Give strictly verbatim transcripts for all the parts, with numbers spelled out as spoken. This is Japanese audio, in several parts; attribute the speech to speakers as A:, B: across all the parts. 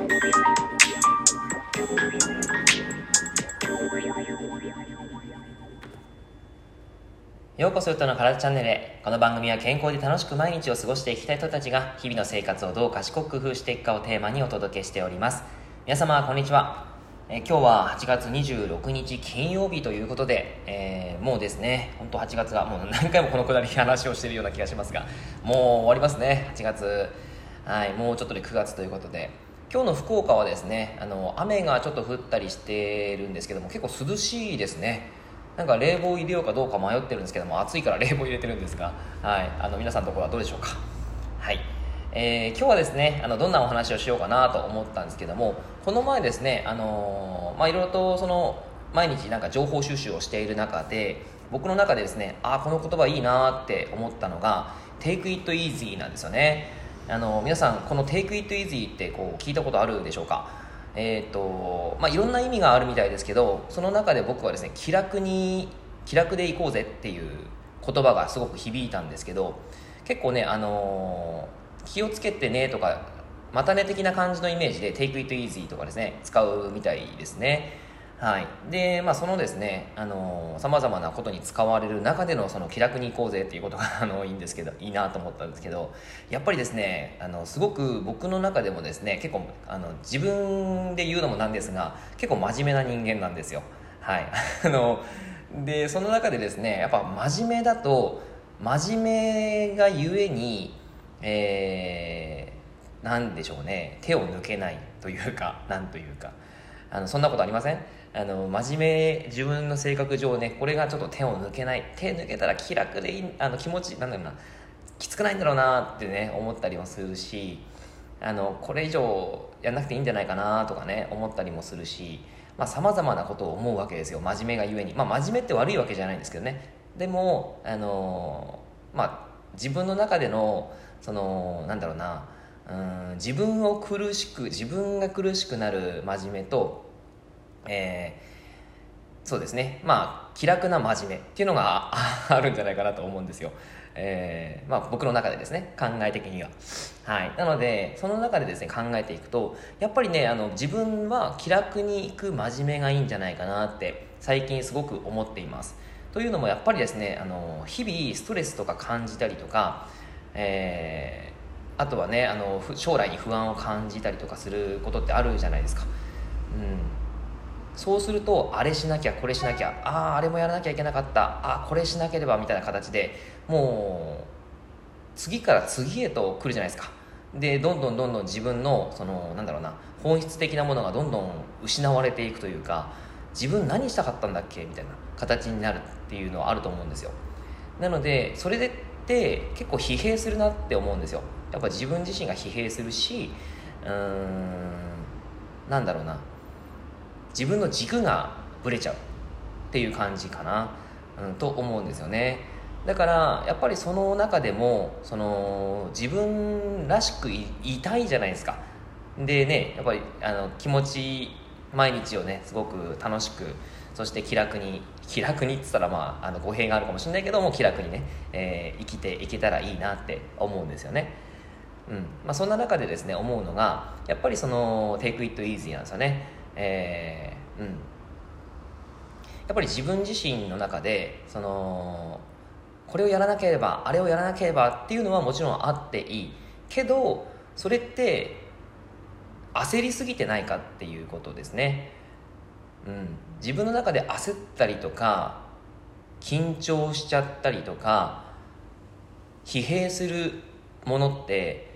A: ようこそゆとの体チャンネルへ。この番組は健康で楽しく毎日を過ごしていきたい人たちが日々の生活をどう賢く工夫していくかをテーマにお届けしております。皆様こんにちは。えー、今日ははちがつにじゅうろくにち金曜日ということで、えー、もうですね、本当はちがつがもう何回もこのくだり話をしているような気がしますが、もう終わりますね。はちがつ、はい、もうちょっとでくがつということで、今日の福岡はですね、あの雨がちょっと降ったりしてるんですけども、結構涼しいですね。なんか冷房入れようかどうか迷ってるんですけども、暑いから冷房入れてるんですが、はい、あの皆さんのところはどうでしょうか。はい、えー、今日はですね、あのどんなお話をしようかなと思ったんですけども、この前ですね、あのー、まあいろいろとその毎日なんか情報収集をしている中で、僕の中でですね、あこの言葉いいなって思ったのが Take it easy なんですよね。あの皆さんこの Take it easy ってこう聞いたことあるでしょうか。えーとまあ、いろんな意味があるみたいですけど、その中で僕はですね、気楽に気楽でいこうぜっていう言葉がすごく響いたんですけど、結構ね、あのー、気をつけてねとかまたね的な感じのイメージで Take it easy とかですね使うみたいですね。はい、で、まあ、そのですね、あのさまざまなことに使われる中でのその気楽に行こうぜっていうことがあのいいんですけど、いいなと思ったんですけど、やっぱりですね、あのすごく僕の中でもですね、結構あの自分で言うのもなんですが、結構真面目な人間なんですよ。はい、あのでその中でですね、やっぱ真面目だと真面目がゆえに、えー、なんでしょうね、手を抜けないというか、なんというか、あのそんなことありません？あの真面目、自分の性格上ね、これがちょっと手を抜けない、手抜けたら気楽でいい、あの気持ちなんだろうな、きつくないんだろうなってね思ったりもするし、あのこれ以上やんなくていいんじゃないかなとかね思ったりもするし、さまざ、まなことを思うわけですよ、真面目がゆえに。まあ真面目って悪いわけじゃないんですけどね。でもあのまあ自分の中でのそのなんだろうな、うん自分を苦しく自分が苦しくなる真面目と、えー、そうですね、まあ気楽な真面目っていうのがあるんじゃないかなと思うんですよ。えーまあ、僕の中でですね、考え的には。はい、なのでその中でですね考えていくと、やっぱりね、あの自分は気楽にいく真面目がいいんじゃないかなって最近すごく思っています。というのもやっぱりですね、あの日々ストレスとか感じたりとか、えー、あとはね、あの将来に不安を感じたりとかすることってあるじゃないですか。うん、そうすると、あれしなきゃこれしなきゃ、あああれもやらなきゃいけなかった、ああこれしなければみたいな形で、もう次から次へと来るじゃないですか。でどんどんどんどん自分のそのなんだろうな、本質的なものがどんどん失われていくというか、自分何したかったんだっけみたいな形になるっていうのはあると思うんですよ。なのでそれでって結構疲弊するなって思うんですよ。やっぱ自分自身が疲弊するし、うーんなんだろうな、自分の軸がぶれちゃうっていう感じかな、うん、と思うんですよね。だからやっぱりその中でもその自分らしく い, いたいじゃないですか。でね、やっぱりあの気持ち毎日をねすごく楽しく、そして気楽に気楽にって言ったら、まあ、あの語弊があるかもしれないけども、気楽にね、えー、生きていけたらいいなって思うんですよね。うんまあ、そんな中でですね思うのが、やっぱりその Take it easy なんですよね。えーうん、やっぱり自分自身の中でそのこれをやらなければあれをやらなければっていうのはもちろんあっていいけど、それって焦りすぎてないかっていうことですね。うん、自分の中で焦ったりとか緊張しちゃったりとか疲弊するものって、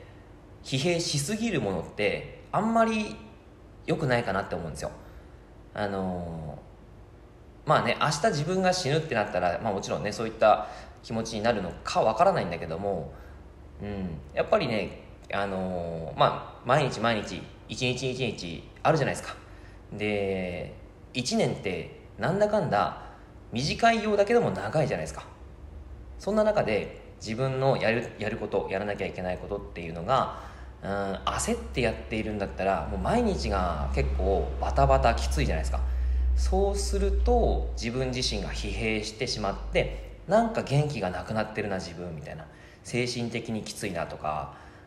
A: 疲弊しすぎるものってあんまり良くないかなって思うんですよ。あのー、まあね、明日自分が死ぬってなったら、まあ、もちろんねそういった気持ちになるのかわからないんだけども、うん、やっぱりね、あのー、まあ毎日毎日一日一日あるじゃないですか。で一年ってなんだかんだ短いようだけども長いじゃないですか。そんな中で自分のやる、やることやらなきゃいけないことっていうのが、うん、焦ってやっているんだったらもう毎日が結構バタバタきついじゃないですか。そうすると自分自身が疲弊してしまって、なんか元気がなくなってるな自分みたいな、精神的にきついなとか、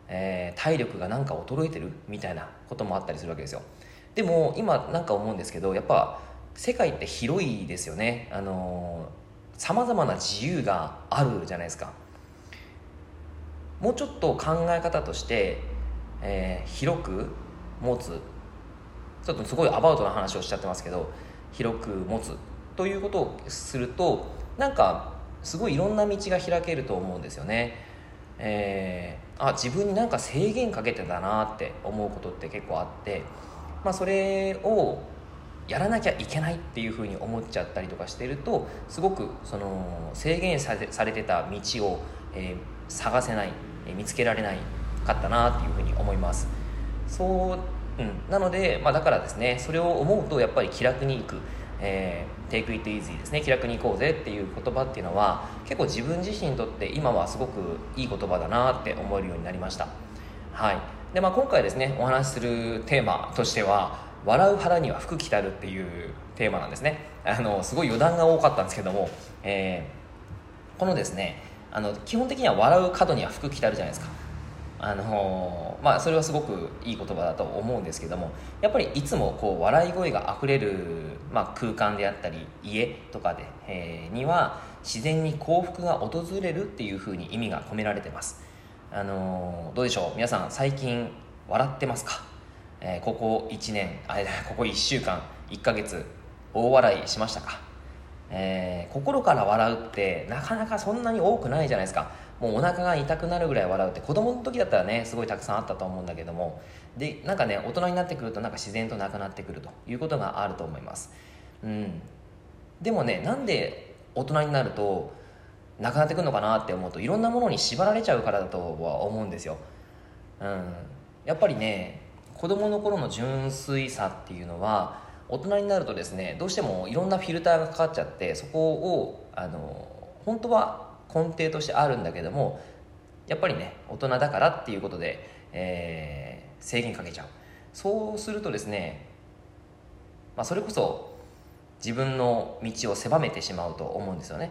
A: えー、体力がなんか衰えてるみたいなこともあったりするわけですよ。でも今なんか思うんですけど、やっぱ世界って広いですよね。あのさまざまな自由があるじゃないですか。もうちょっと考え方として、えー、広く持つ、ちょっとすごいアバウトな話をしちゃってますけど、広く持つということをすると、なんかすごいいろんな道が開けると思うんですよね。えー、あ自分になんか制限かけてたなって思うことって結構あって、まあ、それをやらなきゃいけないっていうふうに思っちゃったりとかしていると、すごくその制限され、されてた道を、えー、探せない、えー、見つけられないかったなっていうふうに思います。そう、うん、なので、まあ、だからですね、それを思うとやっぱり気楽に行く、えー、Take it easy ですね、気楽に行こうぜっていう言葉っていうのは結構自分自身にとって今はすごくいい言葉だなって思えるようになりました。はい。で、まあ、今回ですねお話しするテーマとしては、笑う腹には福来たるっていうテーマなんですね。あのすごい余談が多かったんですけども、えー、このですね、あの基本的には笑う角には福来たるじゃないですか。あのまあ、それはすごくいい言葉だと思うんですけども、やっぱりいつもこう笑い声があふれる、まあ、空間であったり家とかで、えー、には自然に幸福が訪れるっていう風に意味が込められてます。あのどうでしょう皆さん、最近笑ってますか？えー、ここいちねんあここいっしゅうかんいっかげつ大笑いしましたか？えー、心から笑うってなかなかそんなに多くないじゃないですか。もうお腹が痛くなるぐらい笑うって子供の時だったらねすごいたくさんあったと思うんだけども、でなんかね大人になってくるとなんか自然となくなってくるということがあると思います。うん、でもね、なんで大人になるとなくなってくるのかなって思うと、いろんなものに縛られちゃうからだとは思うんですよ。うん、やっぱりね、子供の頃の純粋さっていうのは大人になるとですね、どうしてもいろんなフィルターがかかっちゃって、そこをあの本当は根底としてあるんだけども、やっぱりね大人だからっていうことで、えー、制限かけちゃう。そうするとですね、まあ、それこそ自分の道を狭めてしまうと思うんですよね。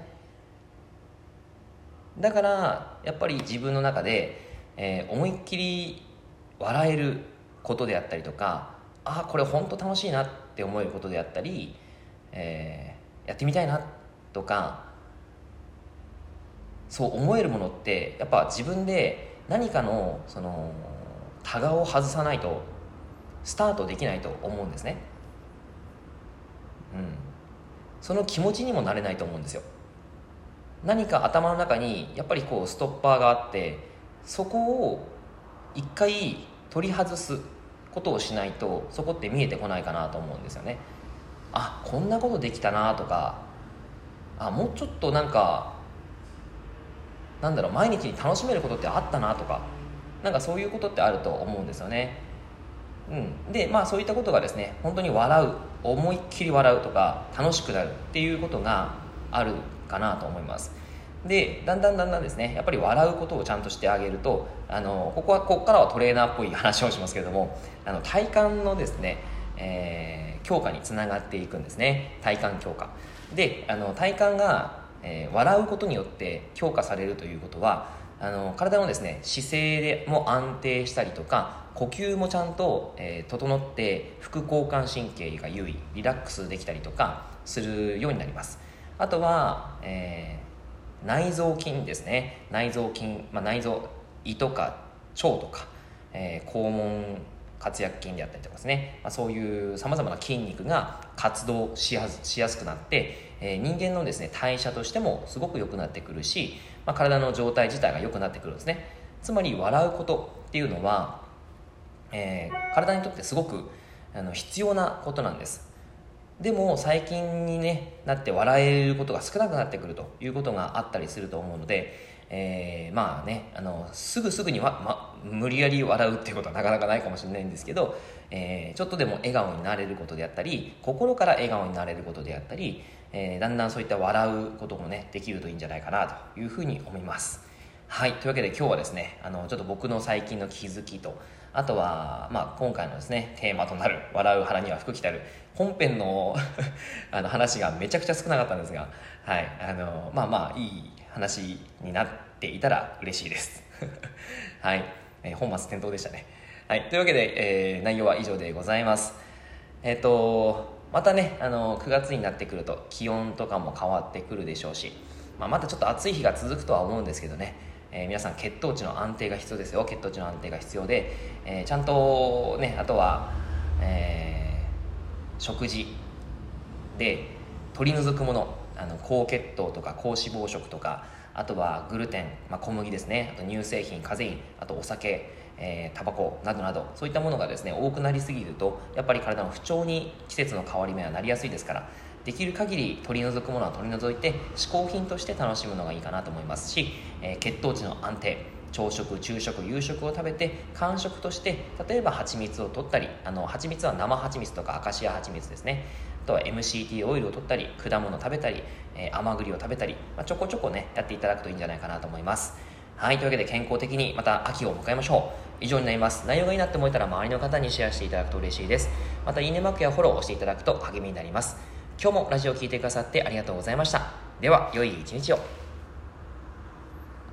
A: だからやっぱり自分の中で、えー、思いっきり笑えることであったりとか、ああこれ本当楽しいなって思えることであったり、えー、やってみたいなとか、そう思えるものってやっぱ自分で何かのそのタガを外さないとスタートできないと思うんですね。うん、その気持ちにもなれないと思うんですよ。何か頭の中にやっぱりこうストッパーがあって、そこを一回取り外すことをしないとそこって見えてこないかなと思うんですよね。あ、こんなことできたなとか、あ、もうちょっとなんかなんだろう毎日に楽しめることってあったなとか、なんかそういうことってあると思うんですよね。うん、でまあそういったことがですね、本当に笑う、思いっきり笑うとか楽しくなるっていうことがあるかなと思います。でだんだんだんだんですね、やっぱり笑うことをちゃんとしてあげると、あのここはここからはトレーナーっぽい話をしますけれども、あの体幹のですね、えー強化につながっていくんですね。体幹強化で、あの体幹が、えー笑うことによって強化されるということは、あの体のですね姿勢でも安定したりとか、呼吸もちゃんと、えー整って副交感神経が優位、リラックスできたりとかするようになります。あとは、えー内臓筋ですね。内臓筋、まあ、内臓胃とか腸とか、えー肛門括約筋であったりとかですね、まあ、そういうさまざまな筋肉が活動しやす、しやすくなって、えー人間のですね代謝としてもすごく良くなってくるし、まあ、体の状態自体が良くなってくるんですね。つまり笑うことっていうのは、えー体にとってすごくあの必要なことなんです。でも最近に、ね、なって笑えることが少なくなってくるということがあったりすると思うので、えー、まあねあのすぐすぐにわ、ま、無理やり笑うっていうことはなかなかないかもしれないんですけど、えー、ちょっとでも笑顔になれることであったり、心から笑顔になれることであったり、えー、だんだんそういった笑うこともねできるといいんじゃないかなというふうに思います。はい、というわけで今日はですね、あのちょっと僕の最近の気づきと、あとは、まあ、今回のですねテーマとなる笑う腹には福来たる本編のあの話がめちゃくちゃ少なかったんですが、はい、あのまあまあいい話になっていたら嬉しいですはい、 えー、本末転倒でしたね。はい、というわけで、えー、内容は以上でございます。えっ、ー、とまたね、あのくがつになってくると気温とかも変わってくるでしょうし、まあ、またちょっと暑い日が続くとは思うんですけどね、えー、皆さん血糖値の安定が必要ですよ。血糖値の安定が必要で、えー、ちゃんとね、あとは、えー、食事で取り除くもの、あの高血糖とか高脂肪食とか、あとはグルテン、まあ、小麦ですね、あと乳製品、カゼイン、あとお酒、えー、タバコなどなど、そういったものがですね多くなりすぎるとやっぱり体の不調に季節の変わり目はなりやすいですから、できる限り取り除くものは取り除いて嗜好品として楽しむのがいいかなと思いますし、えー、血糖値の安定、朝食、昼食、夕食を食べて間食として例えば蜂蜜を取ったり、あの蜂蜜は生蜂蜜とかアカシア蜂蜜ですね、あとは エムシーティー オイルを取ったり、果物を食べたり、えー、甘栗を食べたり、まあ、ちょこちょこねやっていただくといいんじゃないかなと思います。はい、というわけで健康的にまた秋を迎えましょう。以上になります。内容がいいなって思えたら周りの方にシェアしていただくと嬉しいです。またいいねマークやフォローをしていただくと励みになります。今日もラジオを聞いてくださってありがとうございました。では良い一日を。